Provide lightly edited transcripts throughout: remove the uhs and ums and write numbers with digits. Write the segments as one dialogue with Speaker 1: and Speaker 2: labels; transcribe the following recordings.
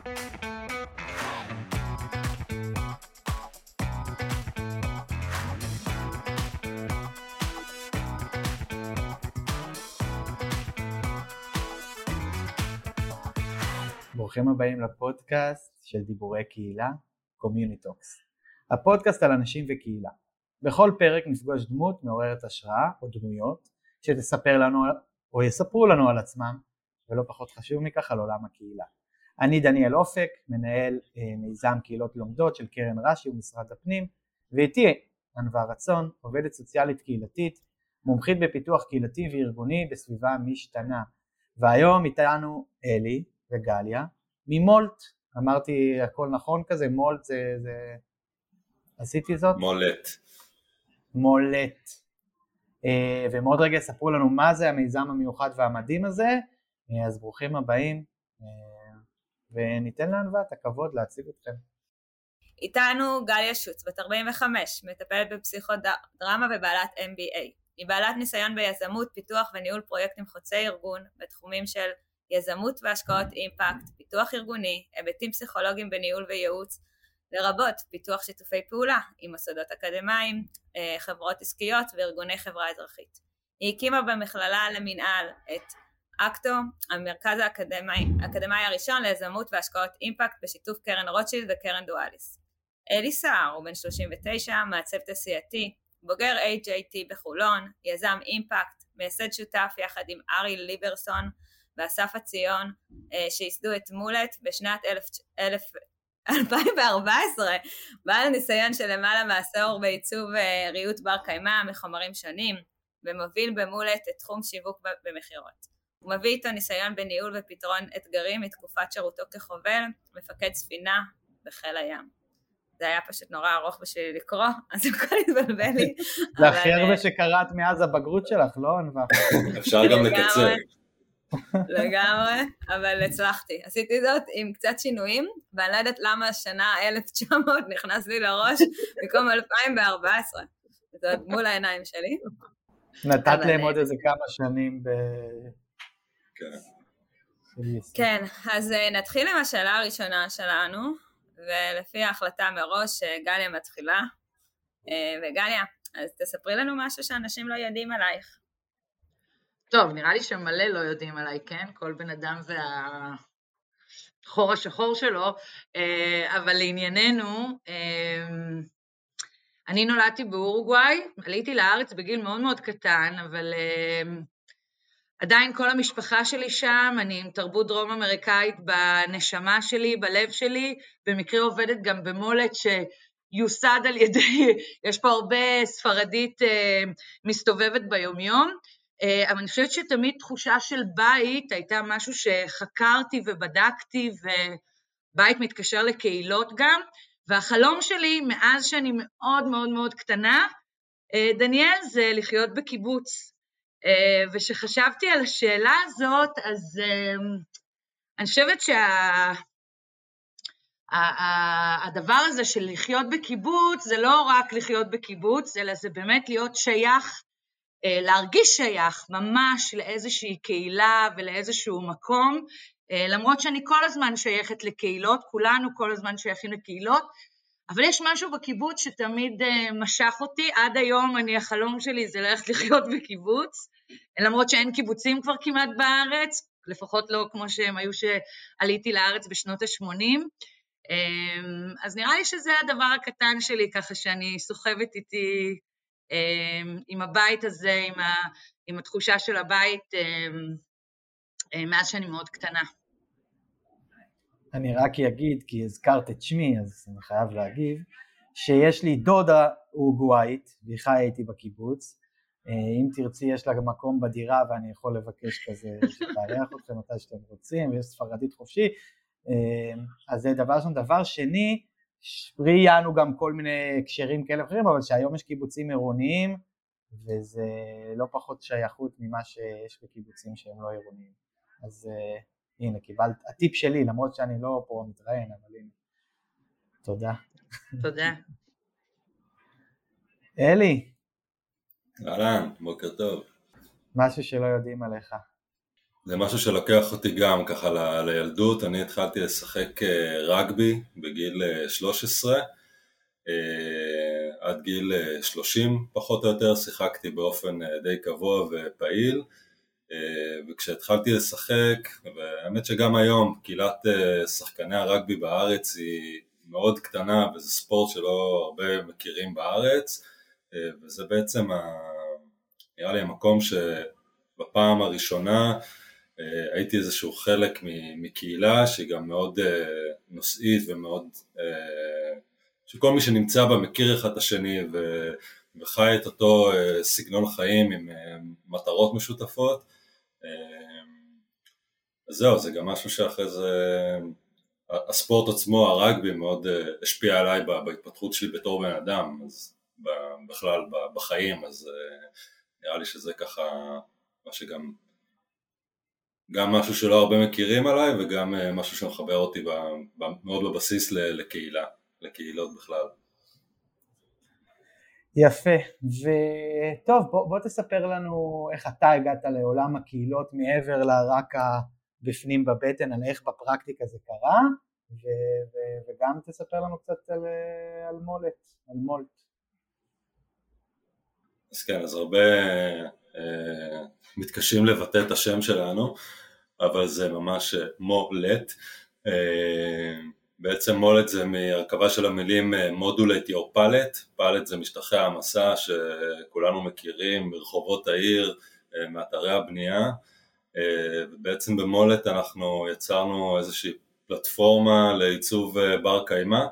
Speaker 1: ברוכים הבאים לפודקאסט של דיבורי קהילה, Community Talks. הפודקאסט על אנשים וקהילה. בכל פרק נפגוש דמות מעוררת השראה או דמויות שתספר לנו או יספרו לנו על עצמם, ולא פחות חשוב מכך על עולם הקהילה. אני דניאל אופק, מנהל מיזם קהילות לומדות של קרן רש"י ומשרד הפנים, ואיתי ענווה רצון, עובדת סוציאלית קהילתית, מומחית בפיתוח קהילתי וארגוני בסביבה משתנה. והיום איתנו אלי וגליה ממולט. אמרתי הכל נכון כזה? מולט זה... עשיתי זאת? מולט. ומאוד רגע ספרו לנו מה זה המיזם המיוחד והמדהים הזה. אז ברוכים הבאים, וניתן לענווה את הכבוד להציג אתכם.
Speaker 2: איתנו גליה שוץ, בת 45, מטפלת בפסיכודרמה ובעלת MBA. היא בעלת ניסיון ביזמות, פיתוח וניהול פרויקטים חוצי ארגון בתחומים של יזמות והשקעות אימפקט, פיתוח ארגוני, היבטים פסיכולוגיים בניהול וייעוץ, לרבות פיתוח שיתופי פעולה עם מוסדות אקדמיים, חברות עסקיות וארגוני חברה אזרחית. היא הקימה במכללה למנהל את אקטו, המרכז האקדמי הראשון ליזמות והשקעות אימפקט בשיתוף קרן רוטשילד וקרן דואליס. אלי סער הוא בן 39, מעצב תעשייתי, בוגר AJT בחולון, יזם אימפקט, מייסד שותף יחד עם ארי ליברסון ואסף הציון, שייסדו את מולט בשנת 2014, בעל ניסיון של למעלה מעשור בעיצוב ריהוט בר קיימא מחומרים שונים, ומוביל במולט את תחום שיווק במחירות. הוא מביא איתו ניסיון בניהול ופתרון אתגרים מתקופת שירותו כחובל, מפקד ספינה בחיל הים. זה היה פשוט נורא ארוך בשביל לקרוא, אז הכל התבלבל לי.
Speaker 1: זה הכי הרבה שקראת מאז הבגרות שלך, לא ענווה?
Speaker 3: אפשר גם לקצר.
Speaker 2: לגמרי, אבל הצלחתי. עשיתי זאת עם קצת שינויים, ואני לא יודעת למה השנה 1900 נכנס לי לראש במקום 2014. זה עוד מול העיניים שלי.
Speaker 1: נתת להם עוד איזה כמה שנים
Speaker 2: כן, אז נתחיל עם השאלה הראשונה שלנו, ולפי ההחלטה מראש גליה מתחילה. וגליה, אז תספרי לנו משהו שאנשים לא יודעים עלייך.
Speaker 4: טוב, נראה לי שמלא לא יודעים עליי, כן? כל בן אדם והחור השחור שלו, אבל לענייננו, אני נולדתי באורוגוואי, עליתי לארץ בגיל מאוד מאוד קטן, אבל עדיין כל המשפחה שלי שם, אני עם תרבות דרום אמריקאית בנשמה שלי, בלב שלי, במקרה עובדת גם במולט שיוסד על ידי, יש פה הרבה ספרדית מסתובבת ביומיום, אבל אני חושבת שתמיד תחושה של בית הייתה משהו שחקרתי ובדקתי, ובית מתקשר לקהילות גם, והחלום שלי מאז שאני מאוד מאוד מאוד קטנה, דניאל, זה לחיות בקיבוץ. ושחשבתי על השאלה הזאת, אז אני חושבת שהדבר הזה של לחיות בקיבוץ, זה לא רק לחיות בקיבוץ, אלא זה באמת להיות שייך, להרגיש שייך ממש לאיזושהי קהילה ולאיזשהו מקום, למרות שאני כל הזמן שייכת לקהילות, כולנו כל הזמן שייכים לקהילות, אבל יש משהו בקיבוץ שתמיד משך אותי, עד היום החלום שלי זה ללכת לחיות בקיבוץ, למרות שאין קיבוצים כבר כמעט בארץ, לפחות לא כמו שהם היו שעליתי לארץ בשנות ה-80, אז נראה לי שזה הדבר הקטן שלי, ככה שאני סוחבת איתי עם הבית הזה, עם התחושה של הבית, מאז שאני מאוד קטנה.
Speaker 1: אני רק אגיד, כי הזכרת את שמי, אז אני חייב להגיב, שיש לי דודה אורוגוואית, והיא חיה איתי בקיבוץ, אם תרצי יש לה מקום בדירה, ואני יכול לבקש כזה שתארח אתכם מתי שאתם רוצים, ויש ספרדית חופשי, אז זה דבר ראשון. דבר שני, ראיינו גם כל מיני הקשרים כאלה אחרים, אבל שהיום יש קיבוצים עירוניים, וזה לא פחות שייכות ממה שיש בקיבוצים שהם לא עירוניים. אז הנה, קיבלת, הטיפ שלי, למרות שאני לא פה מתראיין, אבל הנה. תודה.
Speaker 4: תודה.
Speaker 1: אלי.
Speaker 3: אהלן, בוקר טוב.
Speaker 1: משהו שלא יודעים עליך.
Speaker 3: זה משהו שלוקח אותי גם ככה לילדות. אני התחלתי לשחק רגבי בגיל 13, עד גיל 30 פחות או יותר שיחקתי באופן די קבוע ופעיל, וכשהתחלתי לשחק, והאמת שגם היום קהילת שחקני הרגבי בארץ היא מאוד קטנה, וזה ספורט שלא הרבה מכירים בארץ, וזה בעצם נראה לי המקום שבפעם הראשונה הייתי איזשהו חלק מקהילה שהיא גם מאוד נושאית ומאוד שכל מי שנמצא בה מכיר אחד את השני וחי את אותו סגנון חיים עם מטרות משותפות. אז זהו, זה גם משהו שאחרי זה הספורט עצמו, הרגבי, מאוד השפיע עליי בהתפתחות שלי בתור בן אדם, אז בכלל בחיים, אז נראה לי שזה ככה מה שגם משהו שלא הרבה מכירים עליי, וגם משהו שמחבר אותי מאוד בבסיס לקהילות בכלל.
Speaker 1: יפה, וטוב, בוא תספר לנו איך אתה הגעת לעולם הקהילות מעבר לרק בפנים בבטן, על איך בפרקטיקה זה קרה, וגם תספר לנו קצת על מולט.
Speaker 3: אז כן, אז הרבה מתקשים לבטא את השם שלנו, אבל זה ממש מולט. בעצם מולט זה מהרכבה של המילים modulate your palette. palette זה משטחי המסע שכולנו מכירים ברחובות העיר, מאתרי הבנייה, ובעצם במולט אנחנו יצרנו איזושהי פלטפורמה לעיצוב בר קיימא,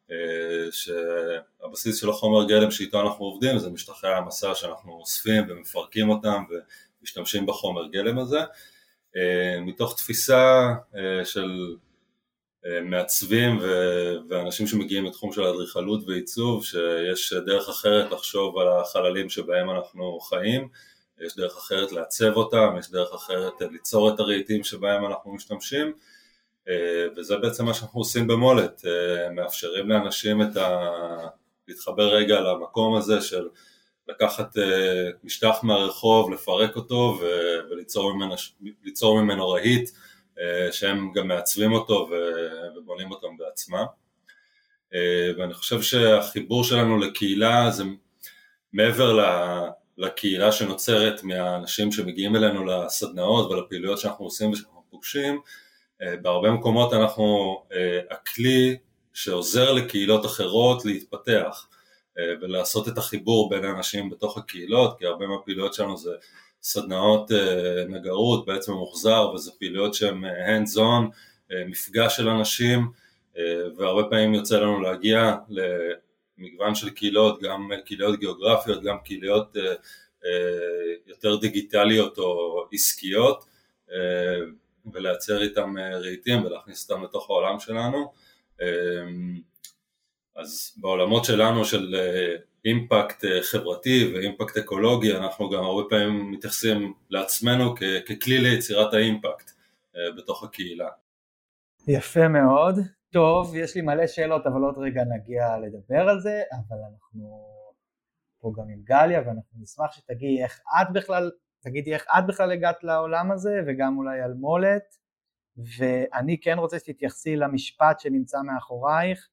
Speaker 3: שהבסיס של החומר גלם שאיתו אנחנו עובדים זה משטחי המסע שאנחנו אוספים ומפרקים אותם ומשתמשים בחומר גלם הזה, מתוך תפיסה של מעצבים ואנשים שמגיעים לתחום של אדריכלות ועיצוב, שיש דרך אחרת לחשוב על החללים שבהם אנחנו חיים, יש דרך אחרת לעצב אותם, יש דרך אחרת ליצור את הרהיטים שבהם אנחנו משתמשים, וזה בעצם מה שאנחנו עושים במולט, מאפשרים לאנשים להתחבר רגע למקום הזה של לקחת משטח מהרחוב, לפרק אותו וליצור ממנו רהיט, שהם גם מעצבים אותו ובונים אותם בעצמם. ואני חושב שהחיבור שלנו לקהילה זה מעבר לקהילה שנוצרת מהאנשים שמגיעים אלינו לסדנאות ולפעילויות שאנחנו עושים ושאנחנו פוגשים, בהרבה מקומות אנחנו הכלי שעוזר לקהילות אחרות להתפתח ולעשות את החיבור בין האנשים בתוך הקהילות, כי הרבה מהפעילויות שלנו זה סדנאות נגרות, בעצם מוחזר, וזה פעילויות שהן hands on, מפגש של אנשים, והרבה פעמים יוצא לנו להגיע למגוון של קהילות, גם קהילות גיאוגרפיות, גם קהילות יותר דיגיטליות או עסקיות, ולייצר איתם רהיטים ולהכניס אותם לתוך העולם שלנו. אז בעולמות שלנו של אימפקט חברתי ואימפקט אקולוגי, אנחנו גם הרבה פעמים מתייחסים לעצמנו ככלי ליצירת האימפקט בתוך הקהילה.
Speaker 1: יפה מאוד. טוב, יש לי מלא שאלות, אבל עוד רגע נגיע לדבר על זה, אבל אנחנו פה גם עם גליה, ואנחנו נשמח שתגידי איך את בכלל הגעת לעולם הזה, וגם אולי על מולט, ואני כן רוצה שתתייחסי למשפט שנמצא מאחורייך,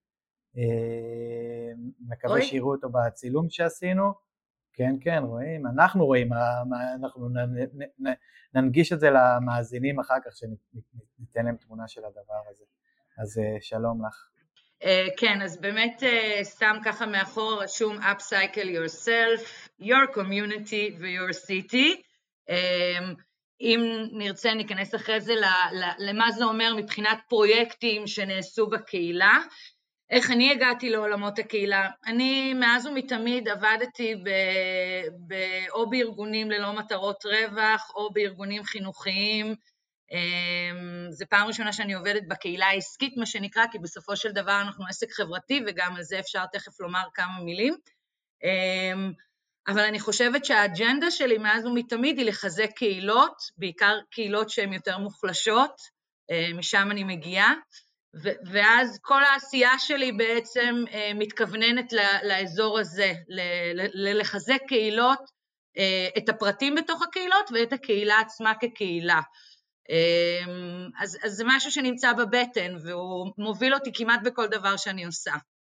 Speaker 1: מקווה שיראו אותו בצילום שעשינו. כן, רואים, אנחנו רואים, אנחנו ננגיש את זה למאזינים אחר כך, שניתן להם תמונה של הדבר הזה. אז שלום לך.
Speaker 4: כן, אז באמת סתם ככה מאחור רשום upcycle yourself, your community ו-your city. אם נרצה ניכנס אחרי זה למה זה אומר מבחינת פרויקטים שנעשו בקהילה. איך אני הגעתי לעולמות הקהילה? אני מאז ומתמיד עבדתי או בארגונים ללא מטרות רווח, או בארגונים חינוכיים. זה פעם ראשונה שאני עובדת בקהילה העסקית, מה שנקרא, כי בסופו של דבר אנחנו עסק חברתי, וגם על זה אפשר תכף לומר כמה מילים. אבל אני חושבת שהאג'נדה שלי מאז ומתמיד היא לחזק קהילות, בעיקר קהילות שהן יותר מוחלשות, משם אני מגיעה, ואז כל העשייה שלי בעצם מתכווננת לאזור הזה, לחזק קהילות, את הפרטים בתוך הקהילות ואת הקהילה עצמה כקהילה. אז זה משהו שנמצא בבטן, והוא מוביל אותי כמעט בכל דבר שאני עושה.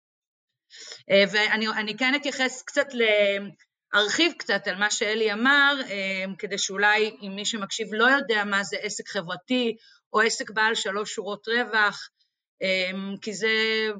Speaker 4: ואני כן אתייחס קצת, ארחיב קצת על מה שאלי אמר, כדי שאולי אם מי שמקשיב לא יודע מה זה עסק חברתי, או עסק בעל 3 שורות רווח, כי זה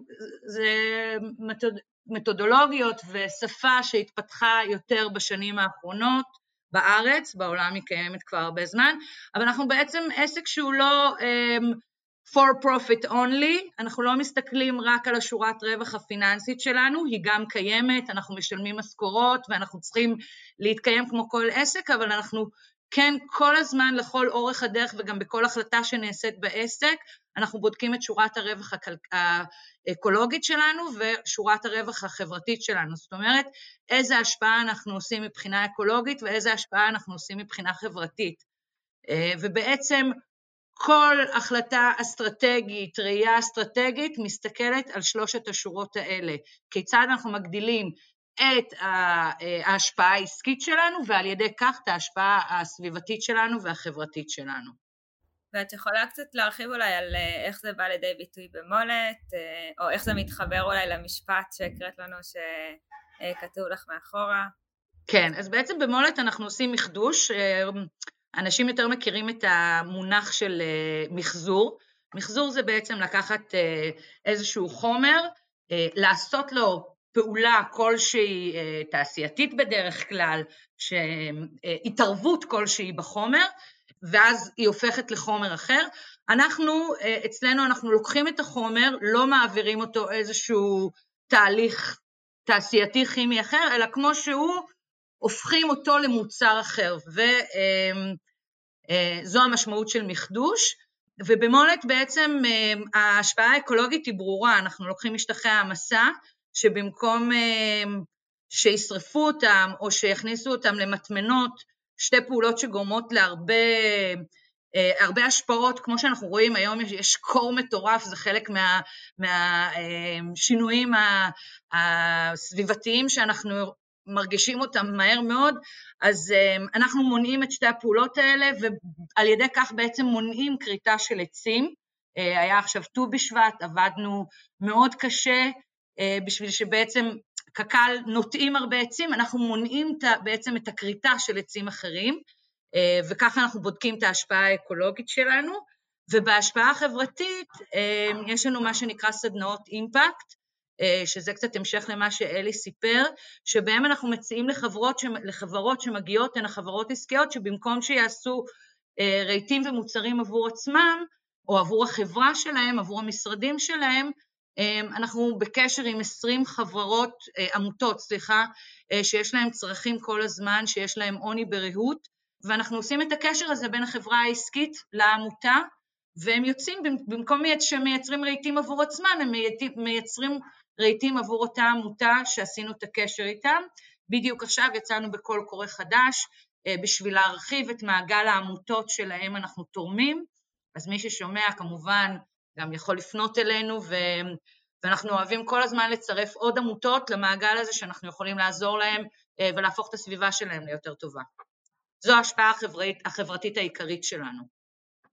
Speaker 4: מתודולוגיות ושפה שהתפתחה יותר בשנים האחרונות בארץ, בעולם היא קיימת כבר הרבה זמן, אבל אנחנו בעצם עסק שהוא לא for profit only, אנחנו לא מסתכלים רק על השורת רווח הפיננסית שלנו, היא גם קיימת, אנחנו משלמים משכורות ואנחנו צריכים להתקיים כמו כל עסק, אבל אנחנו כן כל הזמן לכל אורך הדרך וגם בכל החלטה שנעשית בעסק, אנחנו בודקים את שורת הרווח האקולוגית שלנו ושורת הרווח החברתית שלנו, זאת אומרת איזה השפעה אנחנו עושים מבחינה אקולוגית ואיזה השפעה אנחנו עושים מבחינה חברתית, ובעצם כל החלטה אסטרטגית, ראייה אסטרטגית, מסתכלת על 3 השורות האלה. כיצד אנחנו מגדילים את ההשפעה העסקית שלנו, ועל ידי כך את ההשפעה הסביבתית שלנו והחברתית שלנו.
Speaker 2: ואת יכולה קצת להרחיב אולי על איך זה בא לידי ביטוי במולת, או איך זה מתחבר אולי למשפט שהקראת לנו שכתוב לך מאחורה?
Speaker 4: כן, אז בעצם במולת אנחנו עושים מחדוש, אנשים יותר מכירים את המונח של מחזור. מחזור זה בעצם לקחת איזשהו חומר, לעשות לו פעולה כלשהי תעשייתית בדרך כלל, התערבות כלשהי בחומר, ואז היא הופכת לחומר אחר. אצלנו אנחנו לוקחים את החומר, לא מעבירים אותו איזשהו תהליך תעשייתי כימי אחר, אלא כמו שהוא, הופכים אותו למוצר אחר, וזו המשמעות של מחדוש, ובמולת בעצם ההשפעה האקולוגית היא ברורה, אנחנו לוקחים משטחי העמסה, שבמקום שישרפו אותם, או שיכניסו אותם למטמנות, 2 פעולות שגורמות להרבה השפעות, כמו שאנחנו רואים היום יש קור מטורף, זה חלק מהשינויים הסביבתיים שאנחנו מרגישים אותם מהר מאוד, אז אנחנו מונעים את 2 הפעולות האלה, ועל ידי כך בעצם מונעים כריתה של עצים. היה עכשיו ט"ו בשבט, עבדנו מאוד קשה, בשביל שבעצם קק"ל נוטעים הרבה עצים, אנחנו מונעים בעצם את הכריתה של עצים אחרים, וככה אנחנו בודקים את ההשפעה האקולוגית שלנו, ובהשפעה החברתית יש לנו מה שנקרא סדנאות אימפקט, שזה קצת המשך למה שאלי סיפר, שבהם אנחנו מציעים לחברות שמגיעות, הן החברות עסקיות, שבמקום שיעשו רהיטים ומוצרים עבור עצמם, או עבור החברה שלהם, עבור המשרדים שלהם, אנחנו בקשר עם 20 עמותות, שיש להם צרכים כל הזמן, שיש להם עוני בריהוט, ואנחנו עושים את הקשר הזה בין החברה העסקית לעמותה, והם יוצאים, במקום שמייצרים רהיטים עבור עצמם, הם מייצרים רהיטים עבור אותה עמותה שעשינו את הקשר איתם. בדיוק עכשיו יצאנו בקול קורא חדש, בשביל להרחיב את מעגל העמותות שלהם אנחנו תורמים, אז מי ששומע כמובן גם יכול לפנות אלינו, ואנחנו אוהבים כל הזמן לצרף עוד עמותות למעגל הזה, שאנחנו יכולים לעזור להם ולהפוך את הסביבה שלהם ליותר טובה. זו ההשפעה החברתית העיקרית שלנו.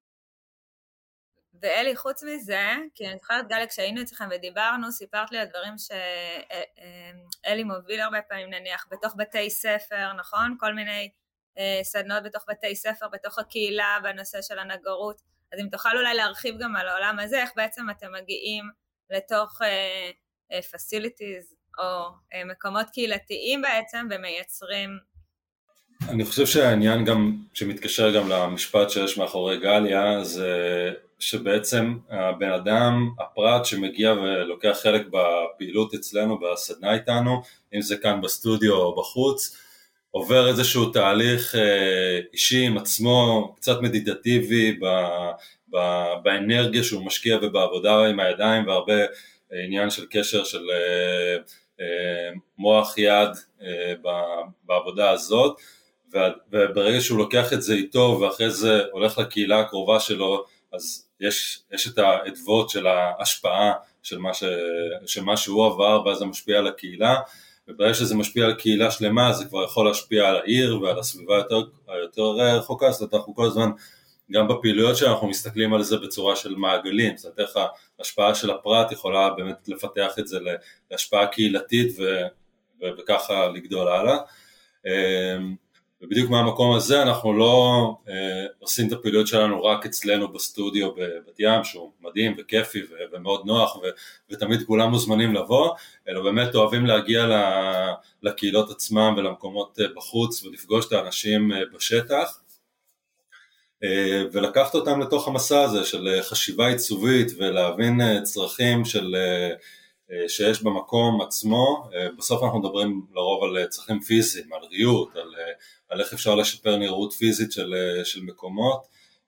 Speaker 2: ואלי, חוץ מזה, כי אני זוכרת גליה, כשהיינו אצלכם ודיברנו, סיפרת לי על דברים שאלי מוביל הרבה פעמים, נניח, בתוך בתי ספר, נכון? כל מיני סדנות בתוך בתי ספר, בתוך הקהילה, בנושא של הנגרות. אז אם תוכל אולי להרחיב גם על העולם הזה, איך בעצם אתם מגיעים לתוך facilities, או מקומות קהילתיים בעצם, ומייצרים.
Speaker 3: אני חושב שהעניין גם, שמתקשר גם למשפט שיש מאחורי גליה, זה שבעצם הבן אדם, הפרט שמגיע ולוקח חלק בפעילות אצלנו, בסדנה איתנו, אם זה כאן בסטודיו או בחוץ, עובר איזשהו תהליך אישי עם עצמו, קצת מדיטטיבי, באנרגיה שהוא משקיע ובעבודה עם הידיים, והרבה עניין של קשר של מוח יד בעבודה הזאת, וברגע שהוא לוקח את זה איתו ואחרי זה הולך לקהילה הקרובה שלו, אז יש את העדבות של ההשפעה של מה שהוא עבר, ואז זה משפיע על הקהילה, וברגע שזה משפיע על קהילה שלמה, זה כבר יכול להשפיע על העיר ועל הסביבה היותר רחוקה, זאת אומרת אנחנו כל הזמן גם בפעילויות שאנחנו מסתכלים על זה בצורה של מעגלים, זאת אומרת איך ההשפעה של הפרט יכולה באמת לפתח את זה להשפעה קהילתית וככה לגדול הלאה. ובדיוק מהמקום הזה אנחנו לא עושים את הפעילויות שלנו רק אצלנו בסטודיו בבת ים, שהוא מדהים וכיפי ומאוד נוח ותמיד כולם מוזמנים לבוא, אלא באמת אוהבים להגיע לקהילות עצמם ולמקומות בחוץ ולפגוש את האנשים בשטח, ולקחת אותם לתוך המסע הזה של חשיבה עיצובית ולהבין צרכים שיש במקום עצמו. בסוף אנחנו מדברים לרוב על צרכים פיזיים, על ריהוט, על איך אפשר לשפר נראות פיזית של מקומות,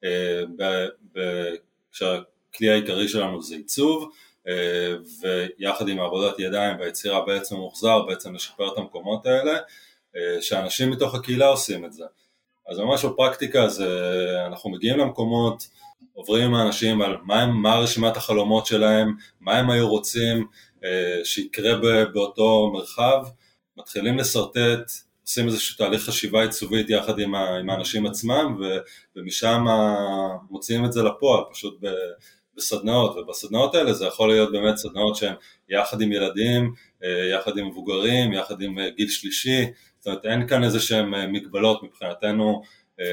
Speaker 3: כשהכלי העיקרי שלנו זה עיצוב, ויחד עם העבודת ידיים והיצירה בעצם מוחזר בעצם לשפר את המקומות האלה, שאנשים מתוך הקהילה עושים את זה. אז ממש בפרקטיקה אנחנו מגיעים למקומות, עוברים עם האנשים על מה רשימת החלומות שלהם, מה הם היו רוצים שיקרה באותו מרחב, מתחילים לסרטט, עושים איזשהו תהליך חשיבה עיצובית יחד עם האנשים עצמם, ומשם מוציאים את זה לפועל, פשוט בסדנאות, ובסדנאות האלה זה יכול להיות באמת סדנאות שהן יחד עם ילדים, יחד עם מבוגרים, יחד עם גיל שלישי, זאת אומרת אין כאן איזה שהן מגבלות מבחינתנו,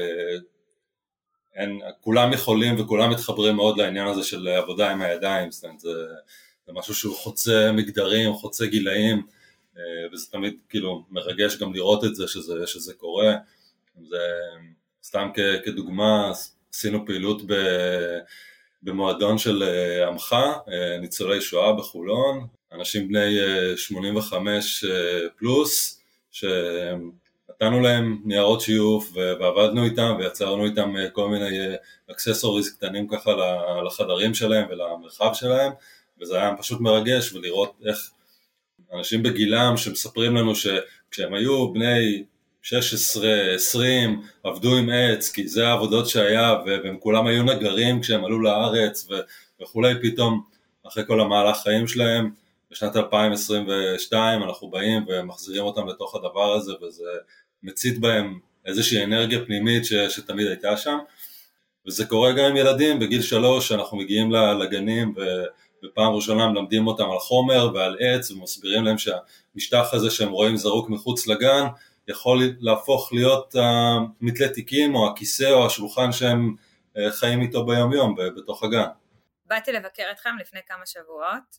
Speaker 3: כולם יכולים וכולם מתחברים מאוד לעניין הזה של עבודה עם הידיים, זאת אומרת זה משהו שהוא חוצה מגדרים, חוצה גילאים, וזה תמיד כאילו מרגש גם לראות את זה שזה קורה. זה סתם כדוגמה, עשינו פעילות במועדון של עמך, ניצולי שואה בחולון, אנשים בני 85 פלוס, שנתנו להם ניירות שיוף ועבדנו איתם ויצרנו איתם כל מיני אקססוריז קטנים ככה לחדרים שלהם ולמרחב שלהם, וזה היה פשוט מרגש ולראות איך אנשים בגילם שמספרים לנו שכשהם היו בני 16, 20, עבדו עם עץ, כי זה העבודות שהיה, והם כולם היו נגרים כשהם עלו לארץ וכולי, פתאום אחרי כל המהלך חיים שלהם, בשנת 2022 אנחנו באים ומחזירים אותם לתוך הדבר הזה, וזה מצית בהם איזושהי אנרגיה פנימית שתמיד הייתה שם, וזה קורה גם עם ילדים בגיל 3, אנחנו מגיעים לגנים בפעם ראשונה מלמדים אותם על חומר ועל עץ, ומסבירים להם שהמשטח הזה שהם רואים זרוק מחוץ לגן, יכול להפוך להיות מתלי תיקים או הכיסא או השולחן שהם חיים איתו ביום יום בתוך הגן.
Speaker 2: באתי לבקר אתכם לפני כמה שבועות,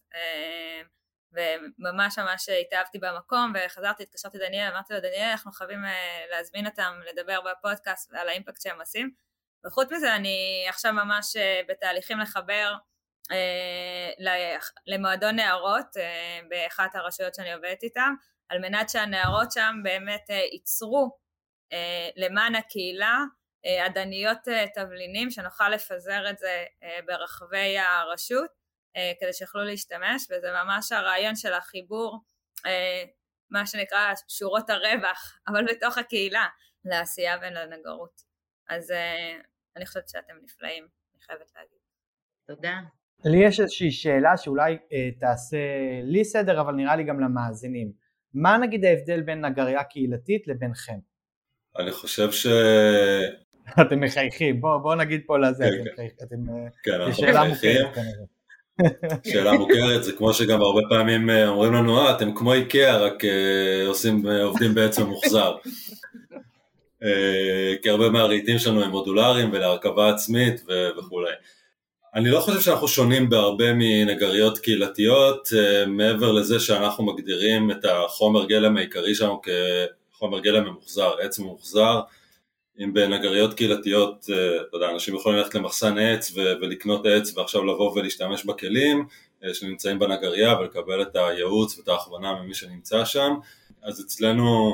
Speaker 2: וממש התאהבתי במקום, וחזרתי, התקשרתי לדניאל, אמרתי לו דניאל, אנחנו חייבים להזמין אותם לדבר בפודקאסט על האימפקט שהם עושים, וחוץ מזה אני עכשיו ממש בתהליכים לחבר למועדון נערות באחת הרשויות שאני עובדת איתם, על מנת שהנערות שם באמת ייצרו למען הקהילה עדניות תבלינים, שנוכל לפזר את זה ברחבי הרשות כדי שיוכלו להשתמש, וזה ממש הרעיון של החיבור, מה שנקרא שורות הרווח, אבל בתוך הקהילה, לעשייה ולנגרות. אז אני חושבת שאתם נפלאים, אני חייבת להגיד.
Speaker 4: תודה.
Speaker 1: לי יש איזושהי שאלה שאולי תעשה לי סדר, אבל נראה לי גם למאזינים. מה נגיד ההבדל בין נגריה קהילתית לבינכם?
Speaker 3: אני חושב
Speaker 1: אתם מחייכים, בוא נגיד פה לזה,
Speaker 3: כן,
Speaker 1: זו שאלה מוכרת כנראה.
Speaker 3: שאלה מוכרת, זה כמו שגם הרבה פעמים אומרים לנו, אתם כמו איקאה, רק עובדים בעצם מוחזר. כי הרבה מהרהיטים שלנו הם מודולריים ולהרכבה עצמית וכו'. אני לא חושב שאנחנו שונים בהרבה מנגריות קהילתיות, מעבר לזה שאנחנו מגדירים את החומר גלם העיקרי שלנו כחומר גלם ממוחזר, עץ ממוחזר. אם בנגריות קהילתיות, אתה יודע, אנשים יכולים ללכת למחסן עץ ולקנות עץ ועכשיו לבוא ולהשתמש בכלים שנמצאים בנגריה ולקבל את הייעוץ ואת ההכוונה ממי שנמצא שם. אז אצלנו,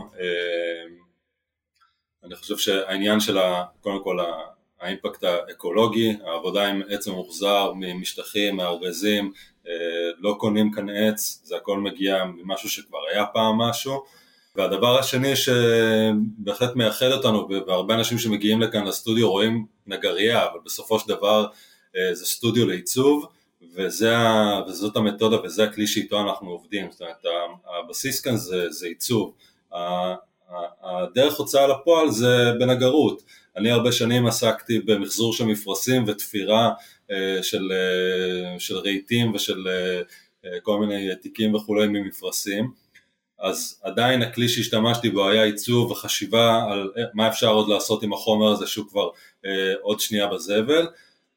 Speaker 3: אני חושב שהעניין של קודם כל האימפקט האקולוגי, העבודה עם עץ ממוחזר, ממשטחים, מארגזים, לא קונים כאן עץ, זה הכל מגיע ממשהו שכבר היה פעם משהו. והדבר השני שבהחלט מייחד אותנו, והרבה אנשים שמגיעים לכאן לסטודיו רואים נגריה, אבל בסופו של דבר זה סטודיו לעיצוב, וזאת המתודה וזה הכלי שאיתו אנחנו עובדים. זאת אומרת, הבסיס כאן זה עיצוב. הדרך הוצאה לפועל זה בנגרות. אני הרבה שנים עסקתי במחזור של מפרסים ותפירה של רהיטים ושל כל מיני תיקים וכולי ממפרסים, אז עדיין הכלי שהשתמשתי בו היה עיצוב וחשיבה על מה אפשר עוד לעשות עם החומר הזה שהוא כבר עוד שנייה בזבל.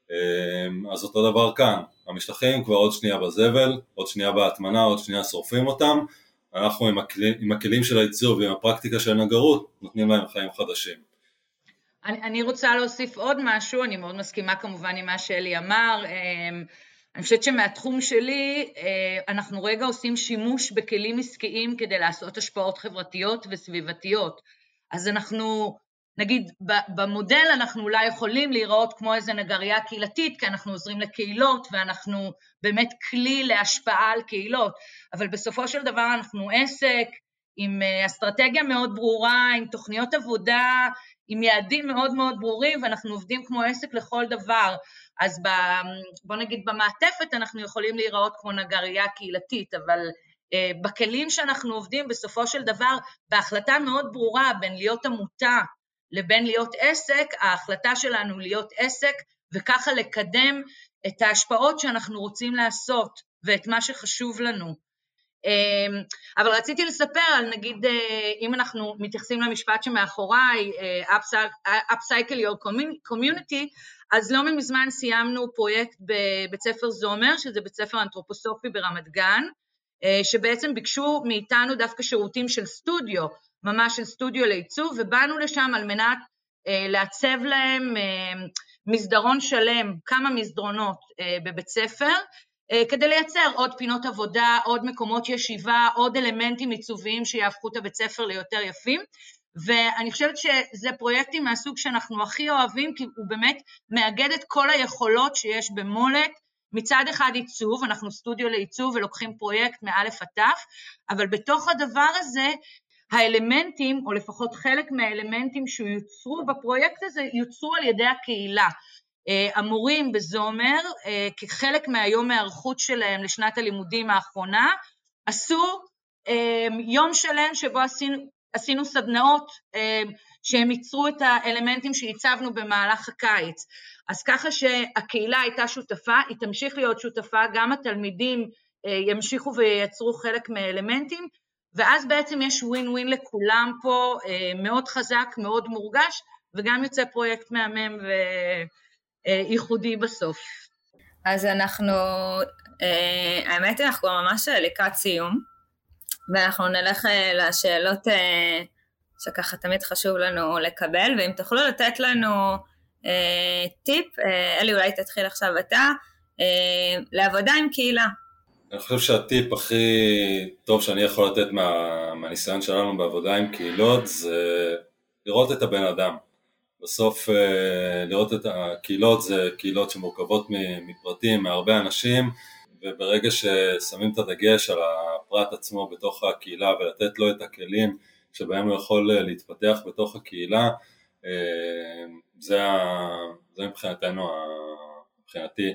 Speaker 3: אז אותו דבר כאן, המשטחים כבר עוד שנייה בזבל, עוד שנייה בהטמנה, עוד שנייה שורפים אותם, אנחנו עם הכלים של העיצוב ועם הפרקטיקה של נגרות נותנים להם חיים חדשים.
Speaker 4: אני רוצה להוסיף עוד משהו, אני מאוד מסכימה כמובן עם מה שאלי אמר, אני חושבת שמהתחום שלי אנחנו רגע עושים שימוש בכלים עסקיים כדי לעשות השפעות חברתיות וסביבתיות, אז אנחנו נגיד במודל אנחנו אולי יכולים להיראות כמו איזה נגרייה קהילתית, כי אנחנו עוזרים לקהילות ואנחנו באמת כלי להשפעה על קהילות, אבל בסופו של דבר אנחנו עסק עם אסטרטגיה מאוד ברורה, עם תוכניות עבודה, עם יעדים מאוד מאוד ברורים, ואנחנו עובדים כמו עסק לכל דבר, אז בוא נגיד במעטפת אנחנו יכולים להיראות כמו נגרייה קהילתית, אבל בכלים שאנחנו עובדים בסופו של דבר, בהחלטה מאוד ברורה בין להיות עמותה לבין להיות עסק, ההחלטה שלנו להיות עסק, וככה לקדם את ההשפעות שאנחנו רוצים לעשות, ואת מה שחשוב לנו. אבל רציתי לספר על נגיד, אם אנחנו מתייחסים למשפט שמאחוריי, Upcycle Your Community, אז לא מזמן סיימנו פרויקט בבית ספר זומר, שזה בית ספר אנתרופוסופי ברמת גן, שבעצם ביקשו מאיתנו דווקא שירותים של סטודיו, ממש של סטודיו לעיצוב, ובאנו לשם על מנת לעצב להם מסדרון שלם, כמה מסדרונות בבית ספר, כדי לייצר עוד פינות עבודה, עוד מקומות ישיבה, עוד אלמנטים עיצוביים שיהפכו את הבית ספר ליותר יפים, ואני חושבת שזה פרויקטים מהסוג שאנחנו הכי אוהבים, כי הוא באמת מאגד את כל היכולות שיש במולט, מצד אחד עיצוב, אנחנו סטודיו לעיצוב ולוקחים פרויקט מאלף עד תף, אבל בתוך הדבר הזה, האלמנטים, או לפחות חלק מהאלמנטים שיוצרו בפרויקט הזה, יוצרו על ידי הקהילה. המורים בזומר, כחלק מהיום ההיערכות שלהם לשנת הלימודים האחרונה, עשו יום שלם שבו עשינו סדנאות שהם ייצרו את האלמנטים שהצבנו במהלך הקיץ. אז ככה שהקהילה הייתה שותפה, היא תמשיך להיות שותפה, גם התלמידים ימשיכו וייצרו חלק מהאלמנטים, ואז בעצם יש ווין ווין לכולם פה, מאוד חזק, מאוד מורגש, וגם יוצא פרויקט מהמם וייחודי בסוף.
Speaker 2: אז אנחנו, האמת היא, אנחנו ממש לקראת סיום, ואנחנו נלך לשאלות שככה תמיד חשוב לנו לקבל, ואם תוכלו לתת לנו טיפ, אלי אולי תתחיל עכשיו אתה, לעבודה עם קהילה.
Speaker 3: אני חושב שהטיפ הכי טוב שאני יכול לתת מהניסיון שלנו בעבודה עם קהילות, זה לראות את הבן אדם. בסוף לראות את הקהילות, זה קהילות שמורכבות מפרטים, מהרבה אנשים, וברגע ששמים את הדגש על הפרט עצמו בתוך הקהילה ולתת לו את הכלים שבהם הוא יכול להתפתח בתוך הקהילה, זה מבחינתי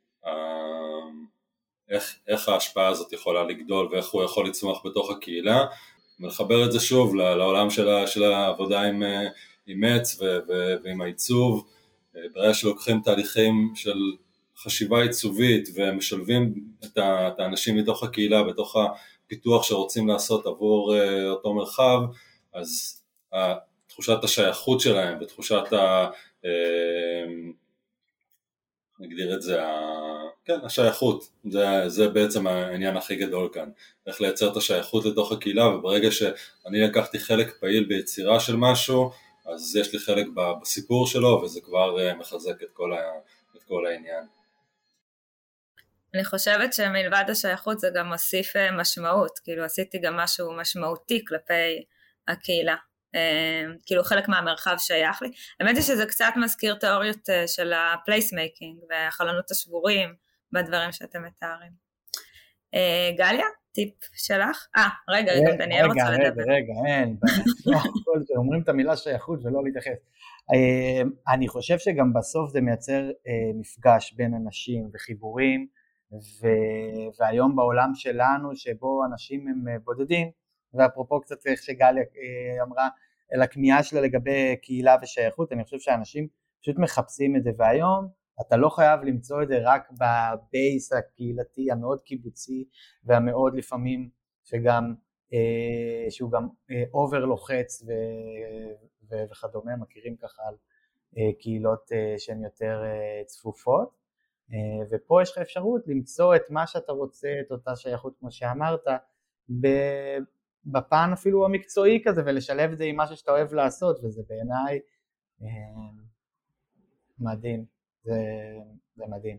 Speaker 3: איך ההשפעה הזאת יכולה לגדול ואיך הוא יכול לצמוח בתוך הקהילה, ולחבר את זה שוב לעולם של העבודה עם עץ ועם העיצוב. ברגע שלוקחים תהליכים של חשיבה עיצובית ומשלבים את האנשים מתוך הקהילה בתוך הפיתוח שרוצים לעשות עבור אותו מרחב, אז תחושת השייכות שלהם ותחושת נגדיר את זה, כן, השייכות, זה בעצם העניין הכי גדול כאן, איך לייצר את השייכות לתוך הקהילה, וברגע שאני לקחתי חלק פעיל ביצירה של משהו, אז יש לי חלק בסיפור שלו, וזה כבר מחזק את כל העניין.
Speaker 2: אני חושבת שמלבד השייכות זה גם מוסיף משמעות, כאילו עשיתי גם משהו משמעותי כלפי הקהילה, כאילו חלק מהמרחב שייך לי. האמת היא שזה קצת מזכיר תיאוריות של הפלייסמייקינג והחלונות השבורים בדברים שאתם מתארים. גליה, טיפ שלך? רגע, גם דניאל רוצה לדבר.
Speaker 1: רגע, אין, אומרים את המילה שייכות ולא להתייחס. אני חושב שגם בסוף זה מייצר מפגש בין אנשים וחיבורים, והיום בעולם שלנו שבו אנשים הם בודדים, ואפרופו קצת איך שגליה אמרה, אל הכמיהה שלה לגבי קהילה ושייכות, אני חושב שאנשים פשוט מחפשים את זה, והיום אתה לא חייב למצוא את זה רק בבייס הקהילתי המאוד קיבוצי, והמאוד לפעמים שהוא גם אובר לוחץ וכדומה, מכירים ככה על קהילות שהן יותר צפופות, ופה יש לך אפשרות למצוא את מה שאתה רוצה, את אותה שייכות כמו שאמרת, בפן אפילו המקצועי כזה, ולשלב את זה עם משהו שאתה אוהב לעשות, וזה בעיניי מדהים, זה מדהים.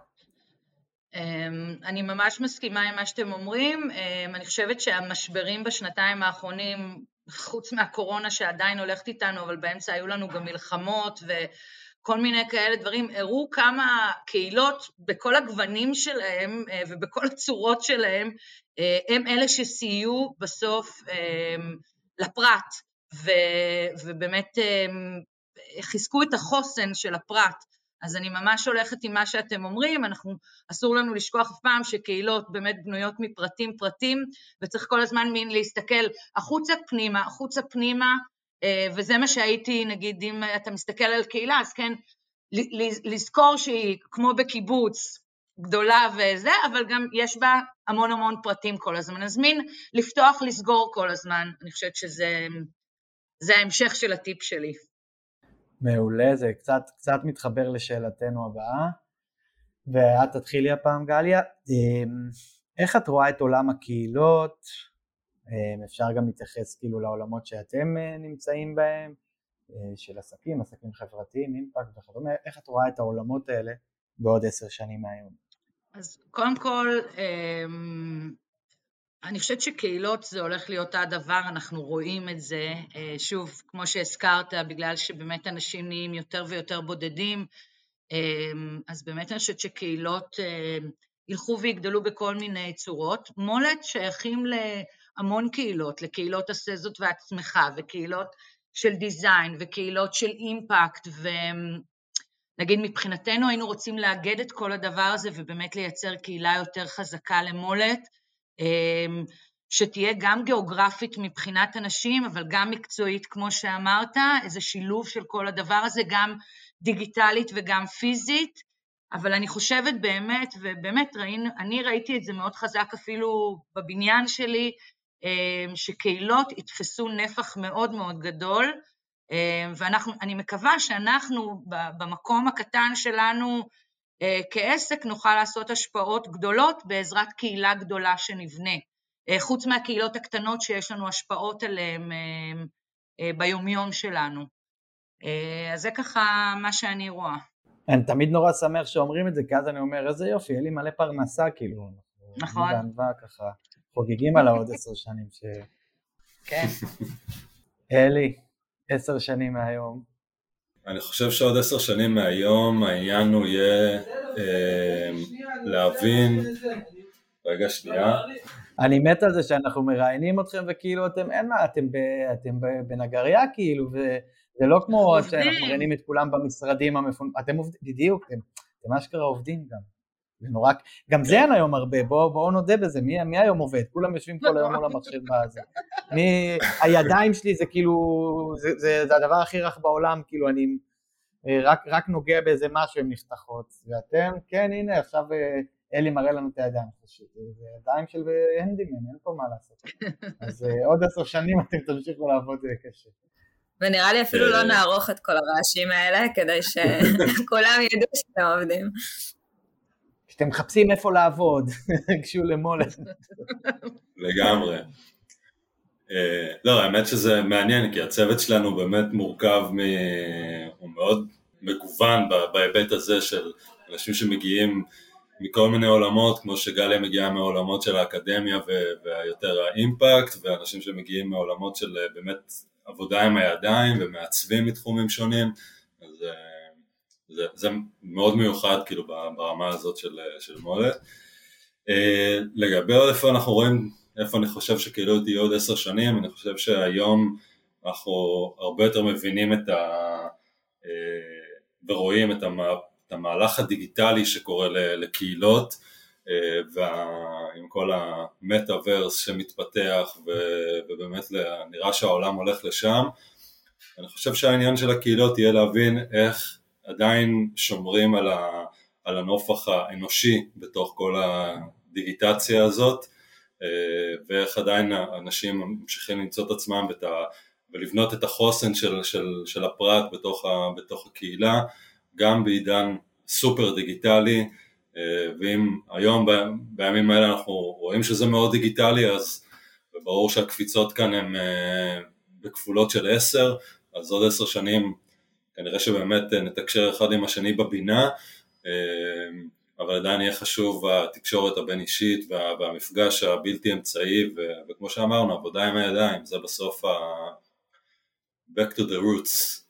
Speaker 4: אני ממש מסכימה עם מה שאתם אומרים, אני חושבת שהמשברים בשנתיים האחרונים, חוץ מהקורונה שעדיין הולכת איתנו, אבל באמצע היו לנו גם מלחמות וכל מיני כאלה דברים, הראו כמה קהילות בכל הגוונים שלהם ובכל הצורות שלהם, הם אלה שסייעו בסוף לפרט, ובאמת חיזקו את החוסן של הפרט. אז אני ממש הולכת עם מה שאתם אומרים, אסור לנו לשכוח אף פעם שקהילות באמת בנויות מפרטים, וצריך כל הזמן להסתכל החוצה פנימה, וזה מה שהייתי, נגיד, אם אתה מסתכל על קהילה, אז כן, לזכור שהיא כמו בקיבוץ גדולה וזה, אבל גם יש בה המון פרטים כל הזמן, אז מין לפתוח, לסגור כל הזמן, אני חושבת שזה ההמשך של הטיפ שלי.
Speaker 1: מעולה, זה קצת מתחבר לשאלתנו הבאה, ואת תתחילי הפעם גליה, איך את רואה את עולם הקהילות, אפשר גם להתייחס כאילו לעולמות שאתם נמצאים בהם, של עסקים חברתיים, אימפקט וכדומה, איך את רואה את העולמות האלה בעוד 10 שנים מהיום?
Speaker 4: אז קודם כל, אני חושבת שקהילות זה הולך להיות הדבר, אנחנו רואים את זה, שוב, כמו שהזכרת, בגלל שבאמת אנשים נהיים יותר ויותר בודדים, אז באמת אני חושבת שקהילות ילכו ויגדלו בכל מיני צורות, מולט שייכים להמון קהילות, לקהילות עשה זאת ועצמך, וקהילות של דיזיין, וקהילות של אימפקט, ונגיד מבחינתנו היינו רוצים לאגד את כל הדבר הזה, ובאמת לייצר קהילה יותר חזקה למולט, שתהיה גם גיאוגרפית מבחינת אנשים, אבל גם מקצועית כמו שאמרת, איזה שילוב של כל הדבר הזה, גם דיגיטלית וגם פיזית, אבל אני חושבת באמת, ובאמת אני ראיתי את זה מאוד חזק אפילו בבניין שלי, שקהילות יתפסו נפח מאוד מאוד גדול, ואני מקווה שאנחנו במקום הקטן שלנו, כעסק נוכל לעשות השפעות גדולות בעזרת קהילה גדולה שנבנה, חוץ מהקהילות הקטנות שיש לנו השפעות עליהן ביומיום שלנו. אז זה ככה מה שאני רואה.
Speaker 1: אני תמיד נורא שמח שאומרים את זה, כי אז אני אומר, איזה יופי, אין לי מלא פרנסה, כאילו.
Speaker 4: נכון.
Speaker 1: אני בענווה ככה, חוגגים על העוד 10 שנים ש...
Speaker 4: כן.
Speaker 1: אלי, 10 שנים מהיום.
Speaker 3: אני חושב שעוד 10 שנים מהיום העניין הוא יהיה להבין, רגע שנייה.
Speaker 1: אני מת על זה שאנחנו מראיינים אתכם וכאילו אתם, אין מה, אתם בנגריה כאילו, וזה לא כמו שאנחנו מראיינים את כולם במשרדים המפונים, אתם עובדים, בדיוק, אתם אשכרה עובדים גם. זה נורא, גם זה אין היום הרבה, בואו נודה בזה, מי היום עובד? כולם יושבים כל היום מול המחשב בזה. הידיים שלי זה כאילו, זה הדבר הכי רך בעולם, כאילו אני רק נוגע באיזה משהו עם נחתכות, ואתם, כן הנה עכשיו אלי מראה לנו את הידיים, זה ידיים של הנדימן, אין פה מה לעשות. אז עוד 10 שנים אתם תמשיכו לעבוד קשה.
Speaker 2: ונראה לי אפילו לא נערוך את כל הרעשים האלה, כדי שכולם ידעו שאתם עובדים.
Speaker 1: שאתם מחפשים איפה לעבוד, כשהוא למולת.
Speaker 3: לגמרי. לא, האמת שזה מעניין, כי הצוות שלנו באמת מורכב, הוא מאוד מגוון בהיבט הזה של אנשים שמגיעים מכל מיני עולמות, כמו שגליה מגיעה מעולמות של האקדמיה ויותר האימפקט, ואנשים שמגיעים מעולמות של באמת עבודה עם הידיים ומעצבים מתחומים שונים, אז זה מאוד מיוחד כאילו ברמה הזאת של מולט. לגבי עוד איפה אנחנו רואים, איפה אני חושב שקהילות יהיו עוד 10 שנים, אני חושב שהיום אנחנו הרבה יותר מבינים ורואים את המהלך הדיגיטלי שקורה לקהילות, ועם כל המטאברס שמתפתח, ובאמת נראה שהעולם הולך לשם. אני חושב שהעניין של הקהילות יהיה להבין איך עדיין שומרים על הנופח האנושי בתוך כל הדיגיטציה הזאת, ואיך עדיין אנשים ממשיכים למצוא את עצמם ולבנות את החוסן של הפרט בתוך הקהילה, גם בעידן סופר דיגיטלי. ואם היום בימים האלה אנחנו רואים שזה מאוד דיגיטלי, אז ברור שהקפיצות כאן הן בכפולות של 10, אז עוד 10 שנים כנראה שבאמת נתקשר אחד עם השני בבינה, אבל עדיין יהיה חשוב התקשורת הבין אישית והמפגש הבלתי אמצעי, וכמו שאמרנו, עבודה עם הידיים, זה בסוף back to the roots.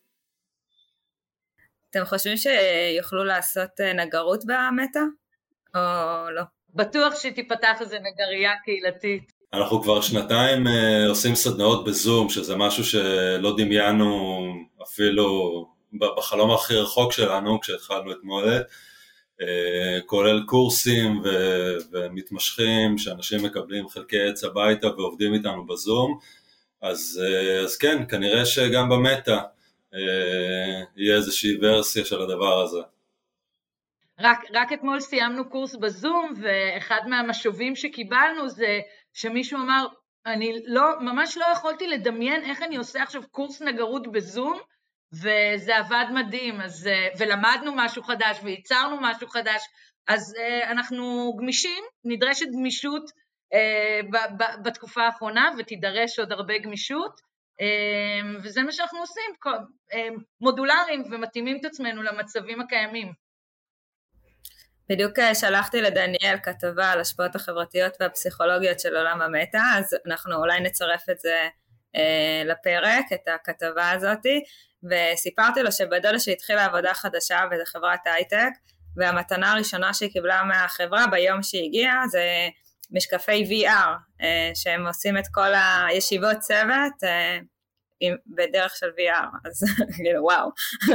Speaker 2: אתם חושבים שיוכלו לעשות נגרות במטה, או לא?
Speaker 4: בטוח שתיפתח איזה נגרייה קהילתית.
Speaker 3: אנחנו כבר שנתיים עושים סדנאות בזום, שזה משהו שלא דמיינו אפילו בחלום הכי רחוק שלנו כשהתחלנו את מולט, כולל קורסים ומתמשכים שאנשים מקבלים חלקי עץ הביתה ועובדים איתנו בזום, אז כן, כנראה שגם במטה יהיה איזושהי ורסיה של הדבר הזה.
Speaker 4: רק אתמול סיימנו קורס בזום, ואחד מהמשובים שקיבלנו זה שמישהו אמר, אני ממש לא יכולתי לדמיין איך אני עושה עכשיו קורס נגרות בזום, וזה עבד מדהים, ולמדנו משהו חדש, וייצרנו משהו חדש, אז אנחנו גמישים, נדרשת גמישות בתקופה האחרונה, ותידרש עוד הרבה גמישות, וזה מה שאנחנו עושים, מודולריים, ומתאימים את עצמנו למצבים הקיימים.
Speaker 2: בדיוק שלחתי לדניאל כתבה על השפעות החברתיות והפסיכולוגיות של עולם המטה, אז אנחנו אולי נצרף את זה לפרק, את הכתבה הזאת, וסיפרתי לו שבדודה שהתחילה עבודה חדשה וזה חברת הייטק, והמתנה הראשונה שהיא קיבלה מהחברה ביום שהיא הגיעה, זה משקפי VR, שהם עושים את כל הישיבות צוות בדרך של VR, אז וואו.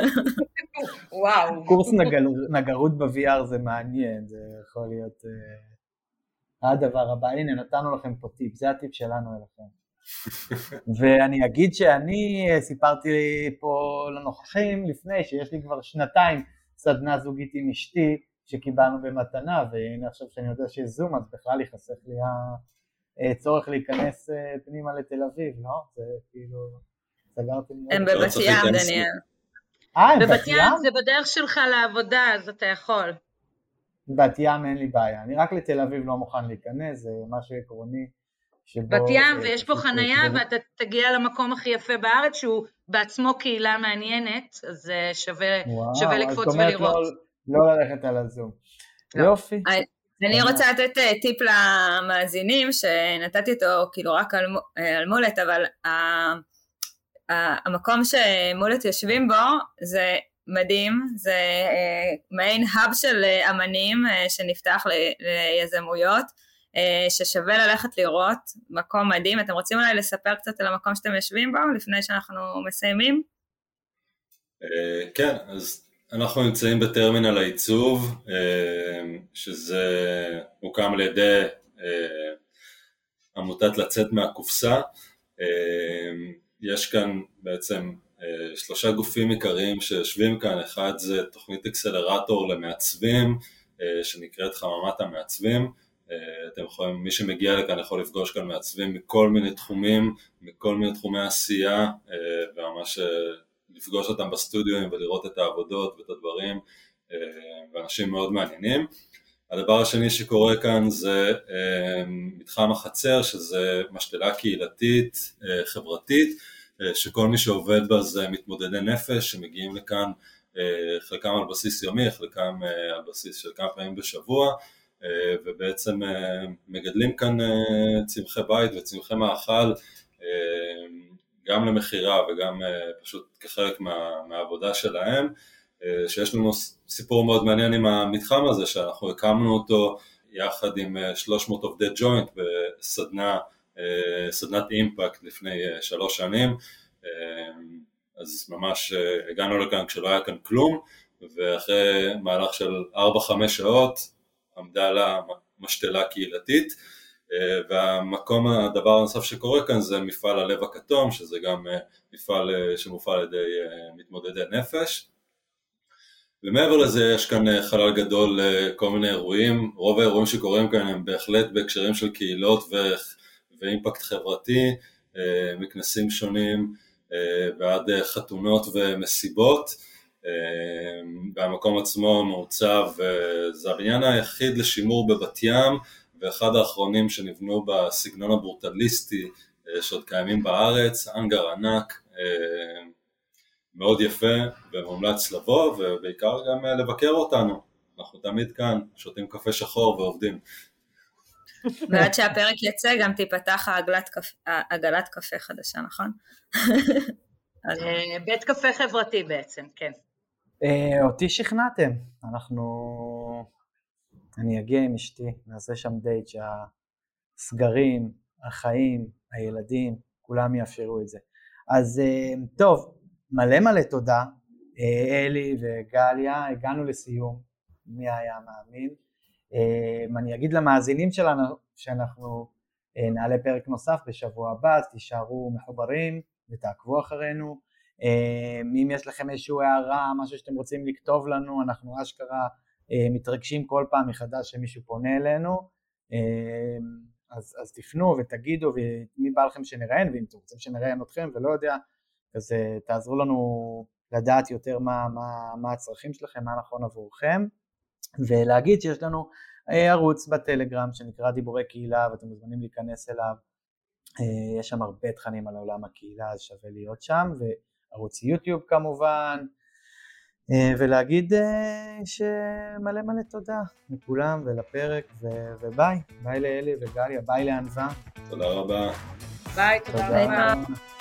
Speaker 4: וואו.
Speaker 1: קורס נגרות ב-VR זה מעניין, זה יכול להיות הדבר הבא. הנה, נתנו לכם פה טיפ, זה הטיפ שלנו אליכם. ואני אגיד שאני סיפרתי פה לנוכחים לפני שיש לי כבר שנתיים סדנה זוגית עם אשתי שקיבלנו במתנה, והנה עכשיו שאני יודע שיש זום, אז בכלל יחסך לי הצורך להיכנס פנימה לתל אביב, לא? זה כאילו, סגרתי מאוד.
Speaker 2: הם בבת ים, דניאל.
Speaker 4: בבת ים זה בדרך שלך לעבודה, אז אתה יכול.
Speaker 1: בת ים אין לי בעיה, אני רק לתל אביב לא מוכן להיכנס, זה משהו עקרוני.
Speaker 4: בת ים, ויש פה חנייה, ואתה תגיע למקום הכי יפה בארץ, שהוא בעצמו קהילה מעניינת, אז שווה לקפוץ ולראות.
Speaker 1: לא ללכת על הזום. יופי.
Speaker 2: אני רוצה לתת טיפ למאזינים, שנתתי אותו כאילו רק על מולט, אבל המקום שמולט יושבים בו, זה מדהים, זה מעין האב של אמנים, שנפתח ליזמויות, ששווה ללכת לראות, מקום מדהים. אתם רוצים אולי לספר קצת על המקום שאתם יושבים בו, לפני שאנחנו מסיימים?
Speaker 3: כן, אז אנחנו נמצאים בטרמינל העיצוב, שזה הוקם על ידי עמותת לצאת מהקופסה. יש כאן בעצם 3 גופים עיקריים שיושבים כאן, אחד זה תוכנית אקסלרטור למעצבים, שנקראת חממת המעצבים. אתם יכולים, מי שמגיע לכאן יכול לפגוש כאן מעצבים מכל מיני תחומים, מכל מיני תחומי עשייה, וממש לפגוש אותם בסטודיו ולראות את העבודות ואת הדברים, ואנשים מאוד מעניינים. הדבר השני שקורה כאן זה מתחם החצר, שזה משתלה קהילתית, חברתית, שכל מי שעובד בה זה מתמודדי נפש, שמגיעים לכאן חלקם על בסיס יומי, חלקם על בסיס של כמה פעמים בשבוע, ובעצם מגדלים כאן צמחי בית וצמחי מאכל, גם למחירה וגם פשוט כחלק מהעבודה שלהם, שיש לנו סיפור מאוד מעניין עם המתחם הזה, שאנחנו הקמנו אותו יחד עם 300 עובדי ג'וינט בסדנת אימפקט לפני 3 שנים, אז ממש הגענו לכאן כשלא היה כאן כלום, ואחרי מהלך של 4-5 שעות עמדה לה משתלה קהילתית, הדבר הנוסף שקורה כאן זה מפעל הלב הכתום, שזה גם מפעל שמופעל על ידי מתמודדי נפש. ומעבר לזה יש כאן חלל גדול לכל מיני אירועים, רוב האירועים שקורים כאן הם בהחלט בהקשרים של קהילות ואימפקט חברתי, מכנסים שונים ועד חתונות ומסיבות, והמקום עצמו מעוצב, זה הבניין היחיד לשימור בבת ים, ואחד האחרונים שנבנו בסגנון הברוטליסטי שעוד קיימים בארץ, אנגר ענק, מאוד יפה ומומלץ לבוא, ובעיקר גם לבקר אותנו, אנחנו תמיד כאן, שותים קפה שחור ועובדים.
Speaker 2: ועד שהפרק יצא גם תיפתח עגלת קפה חדשה, נכון?
Speaker 4: בית קפה חברתי בעצם, כן.
Speaker 1: אותי שכנעתם, אני אגיע עם אשתי, נעשה שם דייט שהסגרים, החיים, הילדים, כולם יאפשרו את זה. אז טוב, מלא תודה, אלי וגליה, הגענו לסיום, מי היה מאמין. אני אגיד למאזינים שלנו שאנחנו נעלה פרק נוסף בשבוע הבא, אז תישארו מחוברים ותעקבו אחרינו. אם יש לכם איזושהי הערה, משהו שאתם רוצים לכתוב לנו, אנחנו אשכרה מתרגשים כל פעם מחדש שמישהו פונה אלינו, אז תפנו ותגידו מי בא לכם שנראיין, ואם אתם רוצים שנראיין אתכם ולא יודע, אז תעזרו לנו לדעת יותר מה הצרכים שלכם, מה נכון עבורכם, ולהגיד שיש לנו ערוץ בטלגרם שנקרא דיבורי קהילה, ואתם מוזמנים להיכנס אליו, יש שם הרבה תכנים על עולם הקהילה, אז שווה להיות שם, וערוץ יוטיוב כמובן, ולהגיד שמלא תודה לכולם ולפרק, וביי, ביי לאלי וגליה, ביי לענווה.
Speaker 3: תודה רבה.
Speaker 4: ביי, תודה רבה.